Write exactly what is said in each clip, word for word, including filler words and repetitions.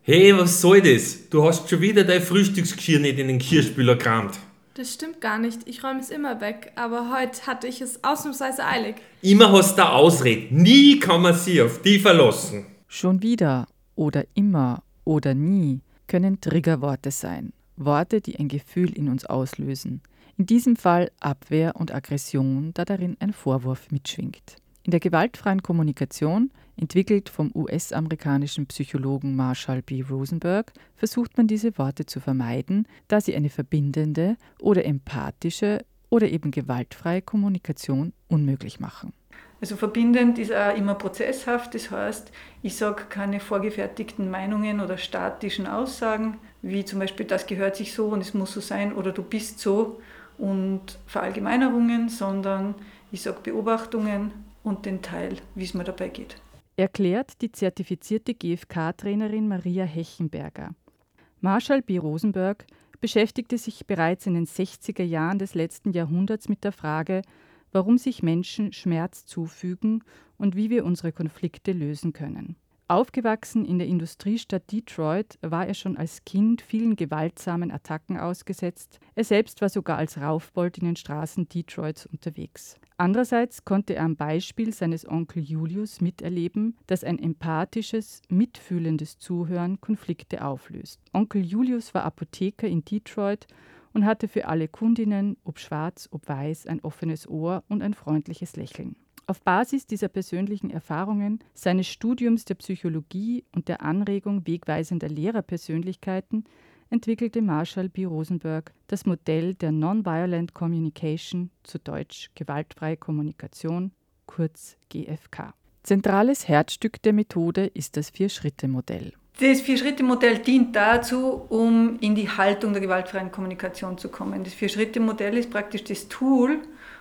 Hey, was soll das? Du hast schon wieder dein Frühstücksgeschirr nicht in den Geschirrspüler gerammt. Das stimmt gar nicht. Ich räume es immer weg, aber heute hatte ich es ausnahmsweise eilig. Immer hast du eine Ausrede. Nie kann man sich auf die verlassen. Schon wieder oder immer oder nie können Triggerworte sein. Worte, die ein Gefühl in uns auslösen. In diesem Fall Abwehr und Aggression, da darin ein Vorwurf mitschwingt. In der gewaltfreien Kommunikation, entwickelt vom U S-amerikanischen Psychologen Marshall B. Rosenberg, versucht man diese Worte zu vermeiden, da sie eine verbindende oder empathische oder eben gewaltfreie Kommunikation unmöglich machen. Also verbindend ist auch immer prozesshaft, das heißt, ich sage keine vorgefertigten Meinungen oder statischen Aussagen, wie zum Beispiel, das gehört sich so und es muss so sein oder du bist so und Verallgemeinerungen, sondern ich sage Beobachtungen und den Teil, wie es mir dabei geht. Erklärt die zertifizierte G F K-Trainerin Maria Hechenberger. Marshall B. Rosenberg beschäftigte sich bereits in den sechziger Jahren des letzten Jahrhunderts mit der Frage, warum sich Menschen Schmerz zufügen und wie wir unsere Konflikte lösen können. Aufgewachsen in der Industriestadt Detroit war er schon als Kind vielen gewaltsamen Attacken ausgesetzt. Er selbst war sogar als Raufbold in den Straßen Detroits unterwegs. Andererseits konnte er am Beispiel seines Onkel Julius miterleben, dass ein empathisches, mitfühlendes Zuhören Konflikte auflöst. Onkel Julius war Apotheker in Detroit und hatte für alle Kundinnen, ob schwarz, ob weiß, ein offenes Ohr und ein freundliches Lächeln. Auf Basis dieser persönlichen Erfahrungen, seines Studiums der Psychologie und der Anregung wegweisender Lehrerpersönlichkeiten entwickelte Marshall B. Rosenberg das Modell der Nonviolent Communication, zu Deutsch gewaltfreie Kommunikation, kurz G F K. Zentrales Herzstück der Methode ist das Vier-Schritte-Modell. Das Vier-Schritte-Modell dient dazu, um in die Haltung der gewaltfreien Kommunikation zu kommen. Das Vier-Schritte-Modell ist praktisch das Tool,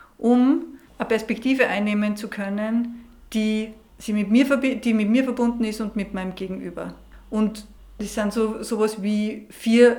um eine Perspektive einnehmen zu können, die, sie mit mir, die mit mir verbunden ist und mit meinem Gegenüber. Und das sind so sowas wie vier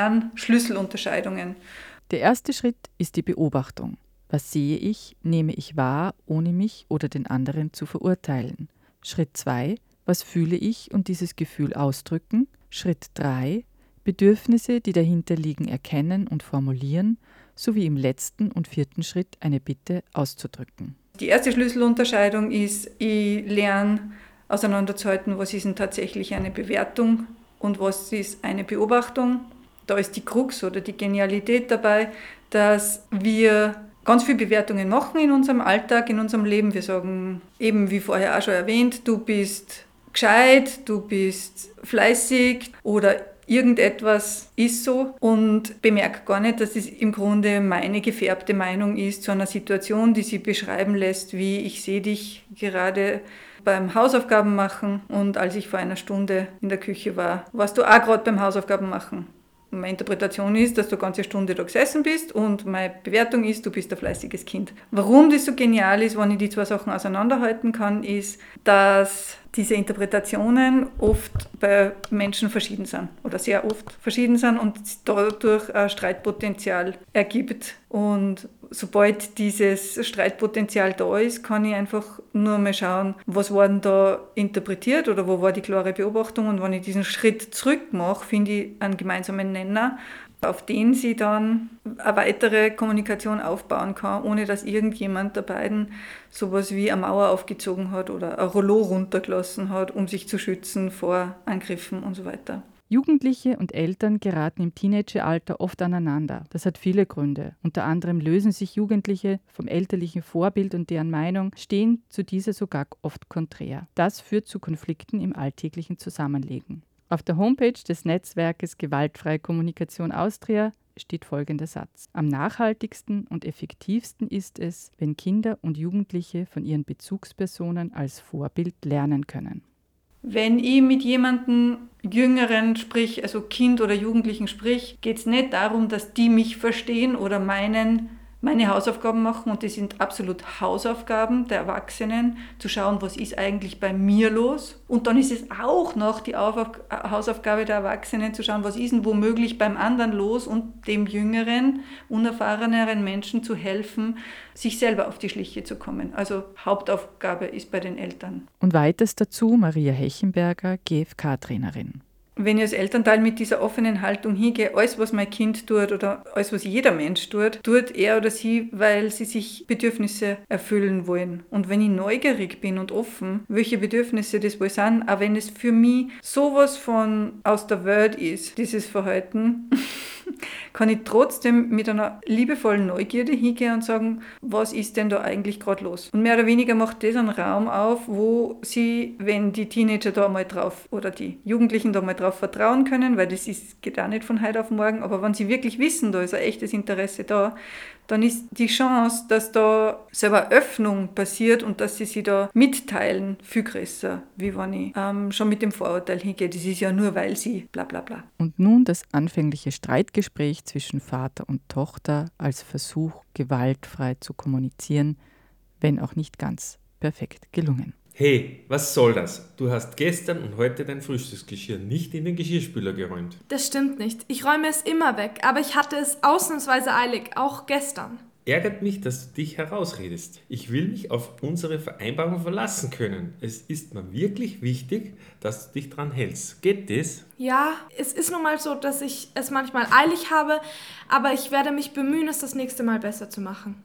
Lernschlüsselunterscheidungen. Der erste Schritt ist die Beobachtung. Was sehe ich, nehme ich wahr, ohne mich oder den anderen zu verurteilen? Schritt zwei. Was fühle ich und dieses Gefühl ausdrücken? Schritt drei. Bedürfnisse, die dahinter liegen, erkennen und formulieren, sowie im letzten und vierten Schritt eine Bitte auszudrücken. Die erste Schlüsselunterscheidung ist, ich lerne auseinanderzuhalten, was ist denn tatsächlich eine Bewertung und was ist eine Beobachtung. Da ist die Krux oder die Genialität dabei, dass wir ganz viele Bewertungen machen in unserem Alltag, in unserem Leben. Wir sagen, eben wie vorher auch schon erwähnt, du bist gescheit, du bist fleißig oder irgendetwas ist so und bemerke gar nicht, dass es im Grunde meine gefärbte Meinung ist zu einer Situation, die sie beschreiben lässt, wie ich sehe dich gerade beim Hausaufgaben machen und als ich vor einer Stunde in der Küche war, warst du auch gerade beim Hausaufgaben machen. Meine Interpretation ist, dass du eine ganze Stunde da gesessen bist und meine Bewertung ist, du bist ein fleißiges Kind. Warum das so genial ist, wenn ich die zwei Sachen auseinanderhalten kann, ist, dass diese Interpretationen oft bei Menschen verschieden sind oder sehr oft verschieden sind und dadurch ein Streitpotenzial ergibt. Und sobald dieses Streitpotenzial da ist, kann ich einfach nur mal schauen, was war denn da interpretiert oder wo war die klare Beobachtung. Und wenn ich diesen Schritt zurück mache, finde ich einen gemeinsamen Nenner, auf den sie dann eine weitere Kommunikation aufbauen kann, ohne dass irgendjemand der beiden sowas wie eine Mauer aufgezogen hat oder ein Rollo runtergelassen hat, um sich zu schützen vor Angriffen und so weiter. Jugendliche und Eltern geraten im Teenageralter oft aneinander. Das hat viele Gründe. Unter anderem lösen sich Jugendliche vom elterlichen Vorbild und deren Meinung stehen zu dieser sogar oft konträr. Das führt zu Konflikten im alltäglichen Zusammenleben. Auf der Homepage des Netzwerkes Gewaltfreie Kommunikation Austria steht folgender Satz. Am nachhaltigsten und effektivsten ist es, wenn Kinder und Jugendliche von ihren Bezugspersonen als Vorbild lernen können. Wenn ich mit jemandem Jüngeren sprich, also Kind oder Jugendlichen sprich, geht es nicht darum, dass die mich verstehen oder meinen, meine Hausaufgaben machen, und das sind absolut Hausaufgaben der Erwachsenen, zu schauen, was ist eigentlich bei mir los. Und dann ist es auch noch die Aufgabe, Hausaufgabe der Erwachsenen, zu schauen, was ist denn womöglich beim anderen los und dem jüngeren, unerfahreneren Menschen zu helfen, sich selber auf die Schliche zu kommen. Also Hauptaufgabe ist bei den Eltern. Und weiters dazu Maria Hechenberger, G F K-Trainerin. wenn ich als Elternteil mit dieser offenen Haltung hingehe, alles, was mein Kind tut oder alles, was jeder Mensch tut, tut er oder sie, weil sie sich Bedürfnisse erfüllen wollen. Und wenn ich neugierig bin und offen, welche Bedürfnisse das wohl sind, auch wenn es für mich sowas von aus der Welt ist, dieses Verhalten, kann ich trotzdem mit einer liebevollen Neugierde hingehen und sagen, was ist denn da eigentlich gerade los? Und mehr oder weniger macht das einen Raum auf, wo sie, wenn die Teenager da mal drauf oder die Jugendlichen da mal drauf vertrauen können, weil das ist, geht auch nicht von heute auf morgen, aber wenn sie wirklich wissen, da ist ein echtes Interesse da, dann ist die Chance, dass da selber Öffnung passiert und dass sie sich da mitteilen, viel größer, wie wenn ich ähm, schon mit dem Vorurteil hingehe. Das ist ja nur, weil sie bla bla bla. Und nun das anfängliche Streitgespräch zwischen Vater und Tochter als Versuch, gewaltfrei zu kommunizieren, wenn auch nicht ganz perfekt gelungen. Hey, was soll das? Du hast gestern und heute dein Frühstücksgeschirr nicht in den Geschirrspüler geräumt. Das stimmt nicht. Ich räume es immer weg, aber ich hatte es ausnahmsweise eilig, auch gestern. Ärgert mich, dass du dich herausredest. Ich will mich auf unsere Vereinbarung verlassen können. Es ist mir wirklich wichtig, dass du dich dran hältst. Geht das? Ja, es ist nun mal so, dass ich es manchmal eilig habe, aber ich werde mich bemühen, es das nächste Mal besser zu machen.